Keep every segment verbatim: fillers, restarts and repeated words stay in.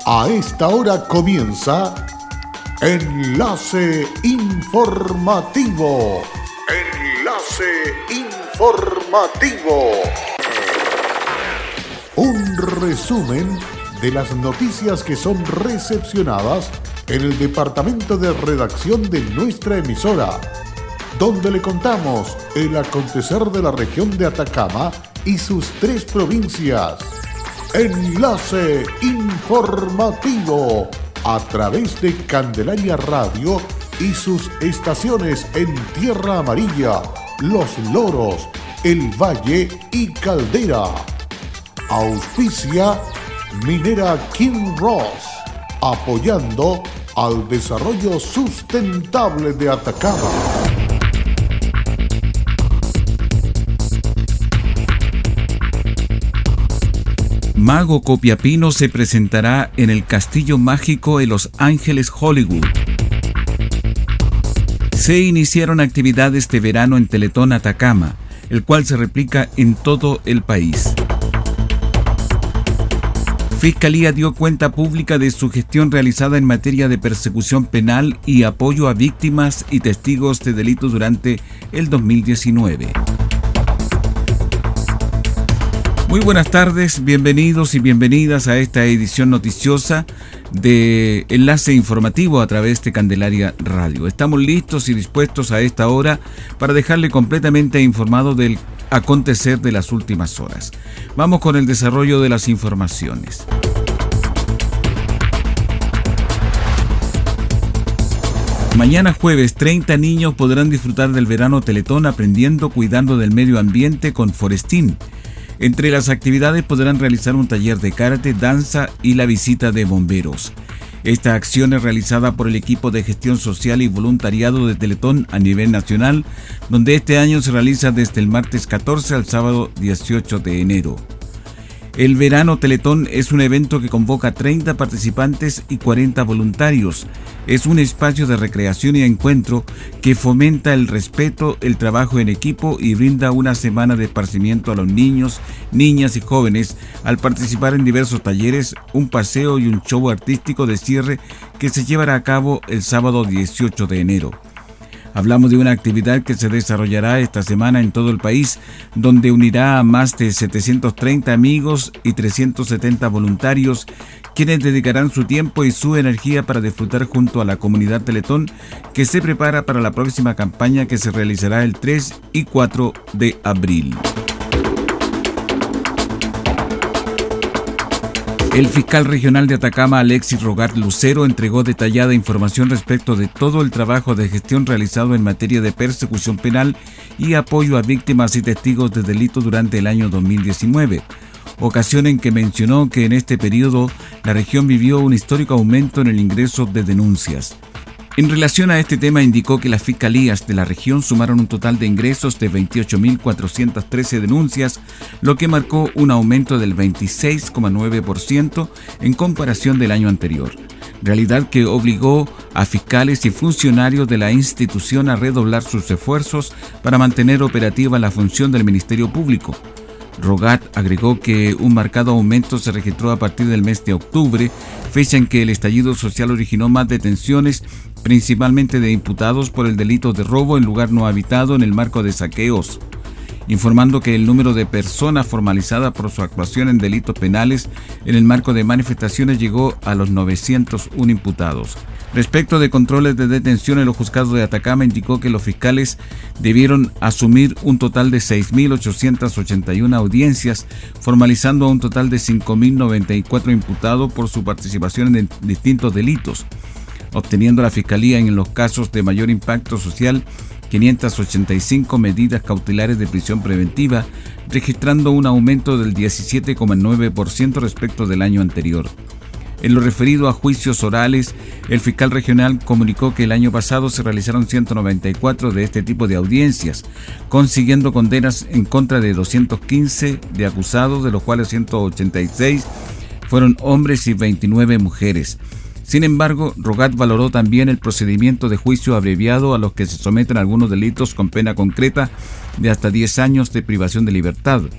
A esta hora comienza Enlace Informativo. Enlace Informativo. Un resumen de las noticias que son recepcionadas en el departamento de redacción de nuestra emisora, donde le contamos el acontecer de la región de Atacama y sus tres provincias. Enlace Informativo a través de Candelaria Radio y sus estaciones en Tierra Amarilla, Los Loros, El Valle y Caldera. Auspicia Minera Kinross, apoyando al desarrollo sustentable de Atacama. Mago Copiapino se presentará en el Castillo Mágico en Los Ángeles, Hollywood. Se iniciaron actividades este verano en Teletón Atacama, el cual se replica en todo el país. Fiscalía dio cuenta pública de su gestión realizada en materia de persecución penal y apoyo a víctimas y testigos de delitos durante el dos mil diecinueve. Muy buenas tardes, bienvenidos y bienvenidas a esta edición noticiosa de Enlace Informativo a través de Candelaria Radio. Estamos listos y dispuestos a esta hora para dejarle completamente informado del acontecer de las últimas horas. Vamos con el desarrollo de las informaciones. Mañana jueves, treinta niños podrán disfrutar del verano Teletón aprendiendo cuidando del medio ambiente con Forestín. Entre las actividades podrán realizar un taller de karate, danza y la visita de bomberos. Esta acción es realizada por el equipo de gestión social y voluntariado de Teletón a nivel nacional, donde este año se realiza desde el martes catorce al sábado dieciocho de enero. El Verano Teletón es un evento que convoca treinta participantes y cuarenta voluntarios. Es un espacio de recreación y encuentro que fomenta el respeto, el trabajo en equipo y brinda una semana de esparcimiento a los niños, niñas y jóvenes al participar en diversos talleres, un paseo y un show artístico de cierre que se llevará a cabo el sábado dieciocho de enero. Hablamos de una actividad que se desarrollará esta semana en todo el país, donde unirá a más de setecientos treinta amigos y trescientos setenta voluntarios, quienes dedicarán su tiempo y su energía para disfrutar junto a la comunidad Teletón, que se prepara para la próxima campaña que se realizará el tres y cuatro de abril. El fiscal regional de Atacama, Alexis Rogat Lucero, entregó detallada información respecto de todo el trabajo de gestión realizado en materia de persecución penal y apoyo a víctimas y testigos de delitos durante el año dos mil diecinueve, ocasión en que mencionó que en este periodo la región vivió un histórico aumento en el ingreso de denuncias. En relación a este tema, indicó que las fiscalías de la región sumaron un total de ingresos de veintiocho mil cuatrocientas trece denuncias, lo que marcó un aumento del veintiséis coma nueve por ciento en comparación del año anterior, realidad que obligó a fiscales y funcionarios de la institución a redoblar sus esfuerzos para mantener operativa la función del Ministerio Público. Rogat agregó que un marcado aumento se registró a partir del mes de octubre, fecha en que el estallido social originó más detenciones, principalmente de imputados por el delito de robo en lugar no habitado en el marco de saqueos, informando que el número de personas formalizadas por su actuación en delitos penales en el marco de manifestaciones llegó a los novecientos uno imputados. Respecto de controles de detención en los juzgados de Atacama, indicó que los fiscales debieron asumir un total de seis mil ochocientas ochenta y una audiencias, formalizando a un total de cinco mil noventa y cuatro imputados por su participación en distintos delitos, obteniendo la Fiscalía en los casos de mayor impacto social quinientas ochenta y cinco medidas cautelares de prisión preventiva, registrando un aumento del diecisiete coma nueve por ciento respecto del año anterior. En lo referido a juicios orales, el fiscal regional comunicó que el año pasado se realizaron ciento noventa y cuatro de este tipo de audiencias, consiguiendo condenas en contra de doscientos quince de acusados, de los cuales ciento ochenta y seis fueron hombres y veintinueve mujeres. Sin embargo, Rogat valoró también el procedimiento de juicio abreviado a los que se someten algunos delitos con pena concreta de hasta diez años de privación de libertad.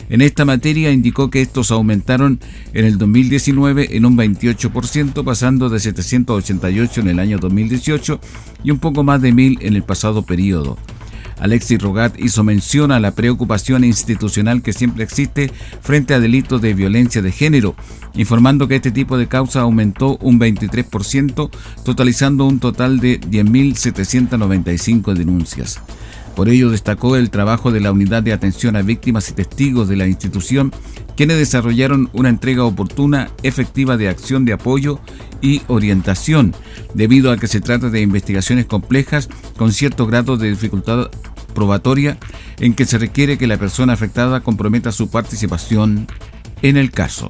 En esta materia indicó que estos aumentaron en el dos mil diecinueve en un veintiocho por ciento, pasando de setecientos ochenta y ocho en el año dos mil dieciocho y un poco más de mil en el pasado periodo. Alexis Rogat hizo mención a la preocupación institucional que siempre existe frente a delitos de violencia de género, informando que este tipo de causa aumentó un veintitrés por ciento, totalizando un total de diez mil setecientos noventa y cinco denuncias. Por ello destacó el trabajo de la Unidad de Atención a Víctimas y Testigos de la institución, quienes desarrollaron una entrega oportuna, efectiva de acción de apoyo y orientación, debido a que se trata de investigaciones complejas con cierto grado de dificultad probatoria en que se requiere que la persona afectada comprometa su participación en el caso.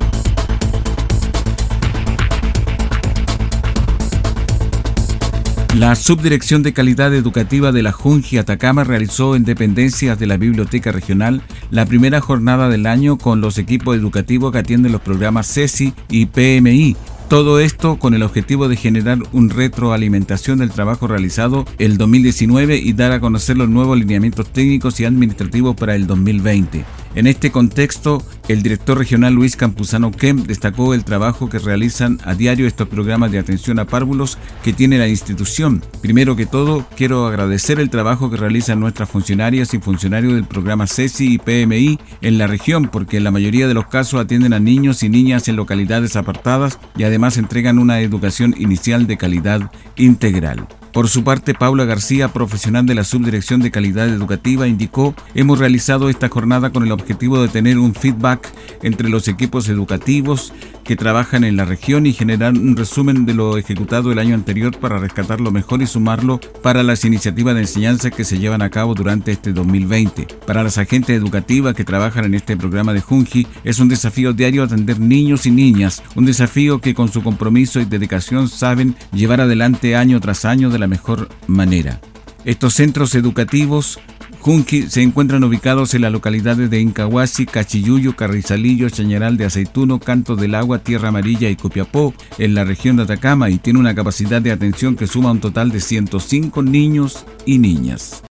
La Subdirección de Calidad Educativa de la Junji Atacama realizó en dependencias de la Biblioteca Regional la primera jornada del año con los equipos educativos que atienden los programas CESI y P M I. Todo esto con el objetivo de generar una retroalimentación del trabajo realizado el dos mil diecinueve y dar a conocer los nuevos lineamientos técnicos y administrativos para el dos mil veinte. En este contexto, el director regional Luis Campuzano Kemp destacó el trabajo que realizan a diario estos programas de atención a párvulos que tiene la institución. Primero que todo, quiero agradecer el trabajo que realizan nuestras funcionarias y funcionarios del programa CESI y P M I en la región, porque en la mayoría de los casos atienden a niños y niñas en localidades apartadas y además entregan una educación inicial de calidad integral. Por su parte, Paula García, profesional de la Subdirección de Calidad Educativa, indicó: hemos realizado esta jornada con el objetivo de tener un feedback entre los equipos educativos que trabajan en la región y generar un resumen de lo ejecutado el año anterior para rescatar lo mejor y sumarlo para las iniciativas de enseñanza que se llevan a cabo durante este dos mil veinte. Para las agentes educativas que trabajan en este programa de Junji, es un desafío diario atender niños y niñas, un desafío que con su compromiso y dedicación saben llevar adelante año tras año de la mejor manera. Estos centros educativos Junji se encuentran ubicados en las localidades de Incahuasi, Cachiyuyo, Carrizalillo, Chañaral de Aceituno, Canto del Agua, Tierra Amarilla y Copiapó, en la región de Atacama, y tiene una capacidad de atención que suma un total de ciento cinco niños y niñas.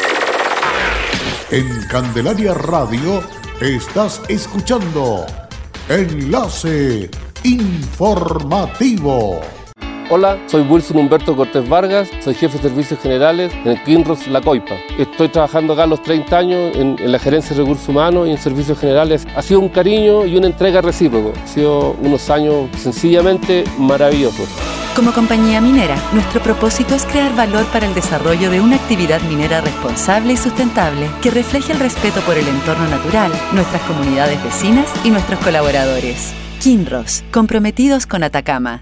En Candelaria Radio estás escuchando Enlace Informativo. Hola, soy Wilson Humberto Cortés Vargas, soy jefe de servicios generales en el Kinross La Coipa. Estoy trabajando acá a los treinta años en, en la gerencia de recursos humanos y en servicios generales. Ha sido un cariño y una entrega recíproco. Ha sido unos años sencillamente maravillosos. Como compañía minera, nuestro propósito es crear valor para el desarrollo de una actividad minera responsable y sustentable que refleje el respeto por el entorno natural, nuestras comunidades vecinas y nuestros colaboradores. Kinross, comprometidos con Atacama.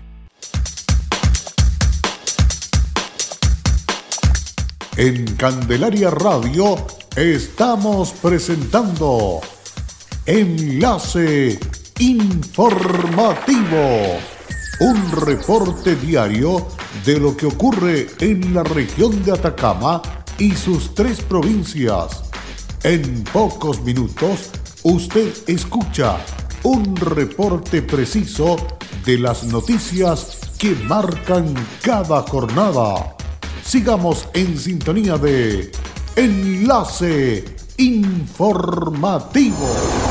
En Candelaria Radio estamos presentando Enlace Informativo, un reporte diario de lo que ocurre en la región de Atacama y sus tres provincias. En pocos minutos usted escucha un reporte preciso de las noticias que marcan cada jornada. Sigamos en sintonía de Enlace Informativo.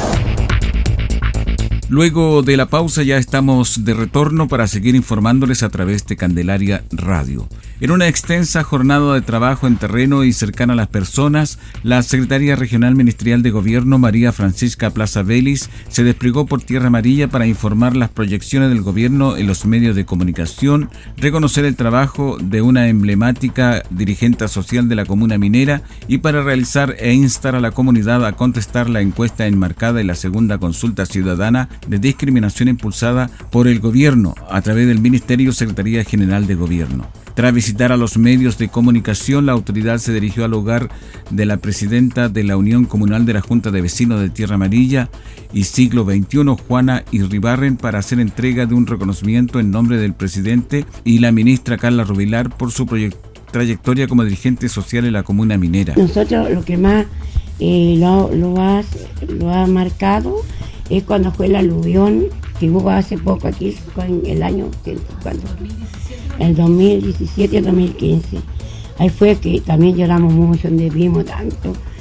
Luego de la pausa ya estamos de retorno para seguir informándoles a través de Candelaria Radio. En una extensa jornada de trabajo en terreno y cercana a las personas, la Secretaría Regional Ministerial de Gobierno, María Francisca Plaza Vélez, se desplegó por Tierra Amarilla para informar las proyecciones del gobierno en los medios de comunicación, reconocer el trabajo de una emblemática dirigente social de la comuna minera y para realizar e instar a la comunidad a contestar la encuesta enmarcada en la segunda consulta ciudadana de discriminación impulsada por el gobierno a través del Ministerio Secretaría General de Gobierno. Tras visitar a los medios de comunicación, la autoridad se dirigió al hogar de la presidenta de la Unión Comunal de la Junta de Vecinos de Tierra Amarilla y Siglo veintiuno, Juana Irribarren, para hacer entrega de un reconocimiento en nombre del presidente y la ministra Carla Rubilar por su trayectoria como dirigente social en la comuna minera. Nosotros lo que más eh, lo, lo, ha, lo ha marcado es cuando fue el aluvión que hubo hace poco aquí, con el año cuando, el dos mil diecisiete y el dos mil quince. Ahí fue que también lloramos mucho, donde vimos tanto,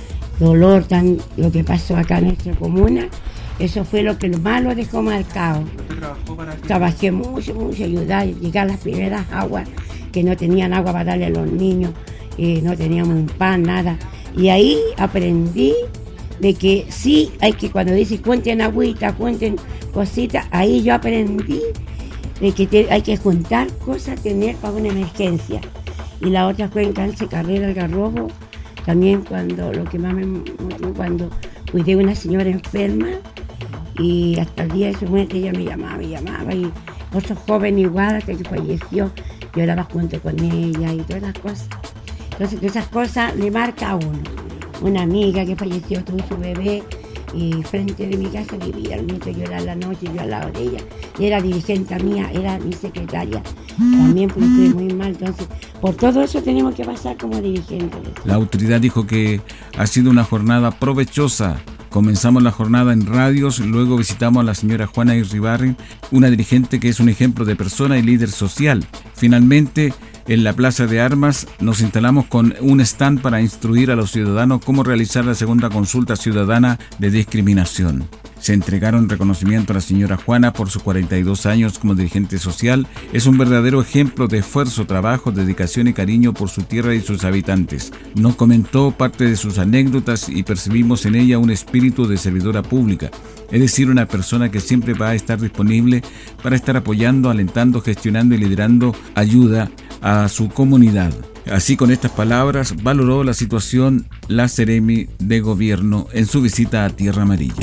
dolor, tan lo que pasó acá en nuestra comuna, eso fue lo que lo más lo dejó marcado. Trabajé mucho, mucho, ayudar, llegar a las primeras aguas, que no tenían agua para darle a los niños, eh, no teníamos un pan, nada. Y ahí aprendí de que sí, hay que, cuando dicen cuenten agüita, cuenten cositas, ahí yo aprendí de que te, hay que juntar cosas, tener para una emergencia. Y la otra fue en Cáncer Carrera Algarrobo, también cuando, lo que más me motivó, cuando cuidé a una señora enferma, y hasta el día de su muerte ella me llamaba, me llamaba, y otro joven igual, hasta que falleció, yo oraba junto con ella y todas las cosas. Entonces, todas esas cosas le marca a uno. Una amiga que falleció, tuvo su bebé, y frente de mi casa vivía el nieto, yo era en la noche, yo al lado de ella, y era dirigente mía, era mi secretaria, también porque estuve muy mal, entonces por todo eso tenemos que pasar como dirigentes. La autoridad dijo que ha sido una jornada provechosa. Comenzamos la jornada en radios, luego visitamos a la señora Juana Irribarren, una dirigente que es un ejemplo de persona y líder social. Finalmente, en la Plaza de Armas nos instalamos con un stand para instruir a los ciudadanos cómo realizar la segunda consulta ciudadana de discriminación. Se entregaron reconocimiento a la señora Juana por sus cuarenta y dos años como dirigente social. Es un verdadero ejemplo de esfuerzo, trabajo, dedicación y cariño por su tierra y sus habitantes. Nos comentó parte de sus anécdotas y percibimos en ella un espíritu de servidora pública, es decir, una persona que siempre va a estar disponible para estar apoyando, alentando, gestionando y liderando ayuda a su comunidad. Así, con estas palabras, valoró la situación la Seremi de Gobierno en su visita a Tierra Amarilla.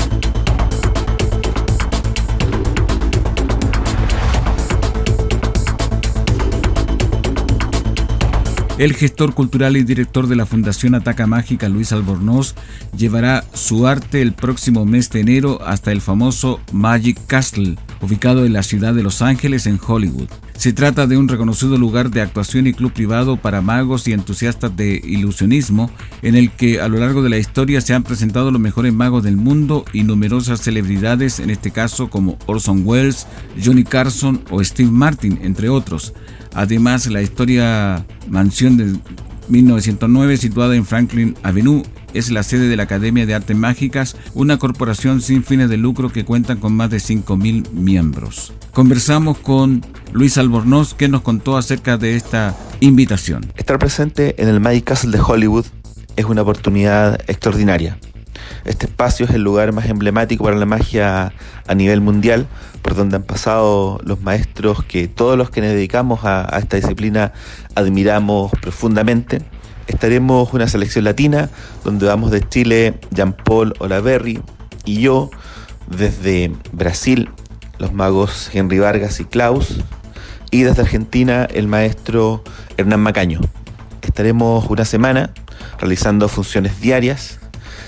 El gestor cultural y director de la Fundación Ataca Mágica, Luis Albornoz, llevará su arte el próximo mes de enero hasta el famoso Magic Castle, ubicado en la ciudad de Los Ángeles, en Hollywood. Se trata de un reconocido lugar de actuación y club privado para magos y entusiastas de ilusionismo, en el que a lo largo de la historia se han presentado los mejores magos del mundo y numerosas celebridades, en este caso como Orson Welles, Johnny Carson o Steve Martin, entre otros. Además, la historia mansión de mil novecientos nueve, situada en Franklin Avenue, es la sede de la Academia de Artes Mágicas, una corporación sin fines de lucro que cuenta con más de cinco mil miembros. Conversamos con Luis Albornoz, que nos contó acerca de esta invitación. Estar presente en el Magic Castle de Hollywood es una oportunidad extraordinaria. Este espacio es el lugar más emblemático para la magia a nivel mundial, por donde han pasado los maestros que todos los que nos dedicamos a, a esta disciplina admiramos profundamente. Estaremos una selección latina, donde vamos de Chile Jean-Paul Olaverri y yo, desde Brasil los magos Henry Vargas y Klaus, y desde Argentina el maestro Hernán Macaño. Estaremos una semana realizando funciones diarias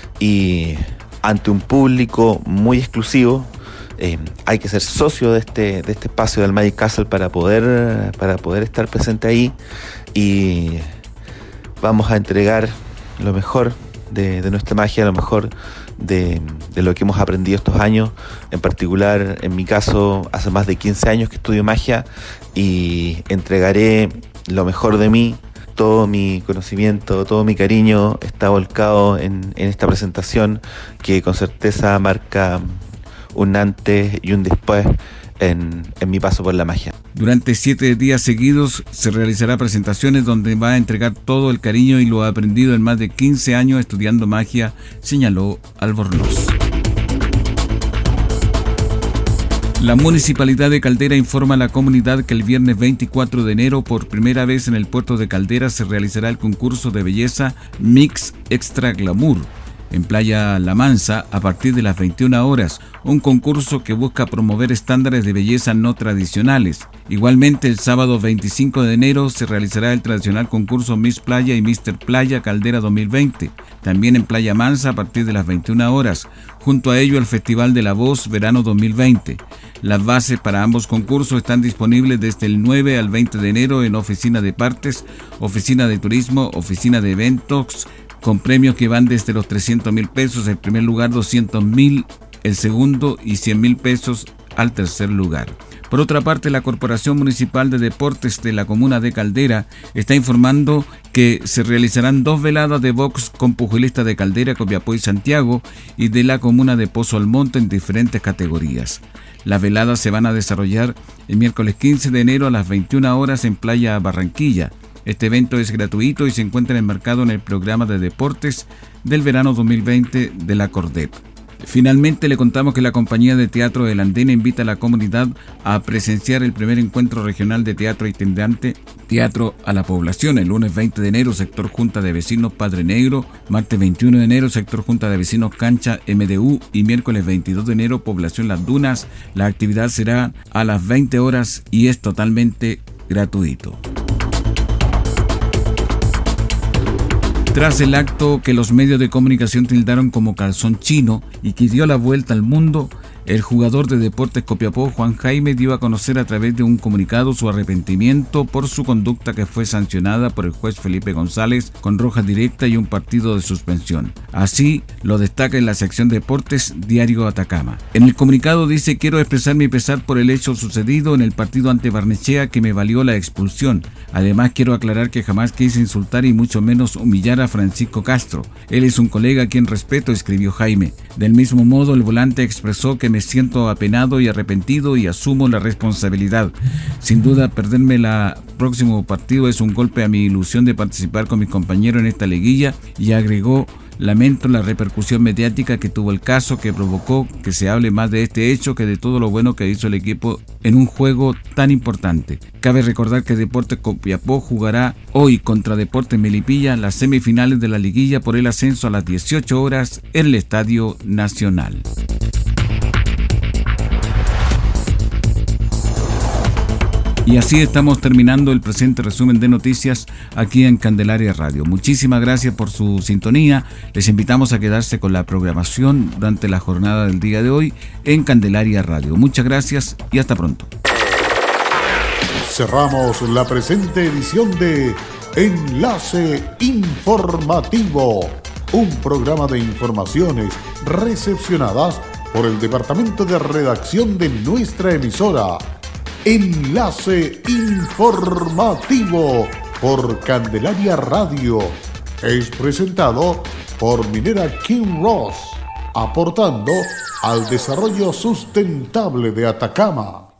y ante un público muy exclusivo. Eh, hay que ser socio de este, de este espacio del Magic Castle para poder, para poder estar presente ahí, y vamos a entregar lo mejor de, de nuestra magia, lo mejor de, de lo que hemos aprendido estos años. En particular, en mi caso, hace más de quince años que estudio magia, y entregaré lo mejor de mí. Todo mi conocimiento, todo mi cariño está volcado en, en esta presentación, que con certeza marca un antes y un después en, en mi paso por la magia. Durante siete días seguidos se realizará presentaciones donde va a entregar todo el cariño y lo aprendido en más de quince años estudiando magia, señaló Albornoz. La Municipalidad de Caldera informa a la comunidad que el viernes veinticuatro de enero, por primera vez en el puerto de Caldera, se realizará el concurso de belleza Mix Extra Glamour en Playa La Mansa a partir de las veintiuna horas, un concurso que busca promover estándares de belleza no tradicionales. Igualmente, el sábado veinticinco de enero se realizará el tradicional concurso Miss Playa y míster Playa Caldera dos mil veinte, también en Playa Mansa a partir de las veintiuna horas. Junto a ello, el Festival de la Voz Verano dos mil veinte. Las bases para ambos concursos están disponibles desde el nueve al veinte de enero en Oficina de Partes, Oficina de Turismo, Oficina de Eventos, con premios que van desde los trescientos mil pesos el primer lugar, doscientos mil el segundo y cien mil pesos al tercer lugar. Por otra parte, la Corporación Municipal de Deportes de la comuna de Caldera está informando que se realizarán dos veladas de box con pugilistas de Caldera, Copiapó y Santiago y de la comuna de Pozo Almonte en diferentes categorías. Las veladas se van a desarrollar el miércoles quince de enero a las veintiuna horas en Playa Barranquilla. Este evento es gratuito y se encuentra enmarcado en el programa de deportes del verano dos mil veinte de la CORDEP. Finalmente, le contamos que la compañía de teatro El Andén invita a la comunidad a presenciar el primer encuentro regional de teatro itinerante Teatro a la Población, el lunes veinte de enero, sector Junta de Vecinos Padre Negro, martes veintiuno de enero, sector Junta de Vecinos Cancha M D U y miércoles veintidós de enero, Población Las Dunas. La actividad será a las veinte horas y es totalmente gratuito. Tras el acto que los medios de comunicación tildaron como calzón chino y que dio la vuelta al mundo, el jugador de Deportes Copiapó, Juan Jaime, dio a conocer a través de un comunicado su arrepentimiento por su conducta que fue sancionada por el juez Felipe González con roja directa y un partido de suspensión. Así lo destaca en la sección Deportes Diario Atacama. En el comunicado dice: quiero expresar mi pesar por el hecho sucedido en el partido ante Barnechea que me valió la expulsión. Además, quiero aclarar que jamás quise insultar y mucho menos humillar a Francisco Castro. Él es un colega a quien respeto, escribió Jaime. Del mismo modo, el volante expresó que me siento apenado y arrepentido y asumo la responsabilidad. Sin duda, perderme el próximo partido es un golpe a mi ilusión de participar con mis compañeros en esta liguilla, y agregó: lamento la repercusión mediática que tuvo el caso, que provocó que se hable más de este hecho que de todo lo bueno que hizo el equipo en un juego tan importante. Cabe recordar que Deportes Copiapó jugará hoy contra Deportes Melipilla las semifinales de la liguilla por el ascenso a las dieciocho horas en el Estadio Nacional. Y así estamos terminando el presente resumen de noticias aquí en Candelaria Radio. Muchísimas gracias por su sintonía. Les invitamos a quedarse con la programación durante la jornada del día de hoy en Candelaria Radio. Muchas gracias y hasta pronto. Cerramos la presente edición de Enlace Informativo, un programa de informaciones recepcionadas por el departamento de redacción de nuestra emisora. Enlace Informativo por Candelaria Radio es presentado por Minera Kinross, aportando al desarrollo sustentable de Atacama.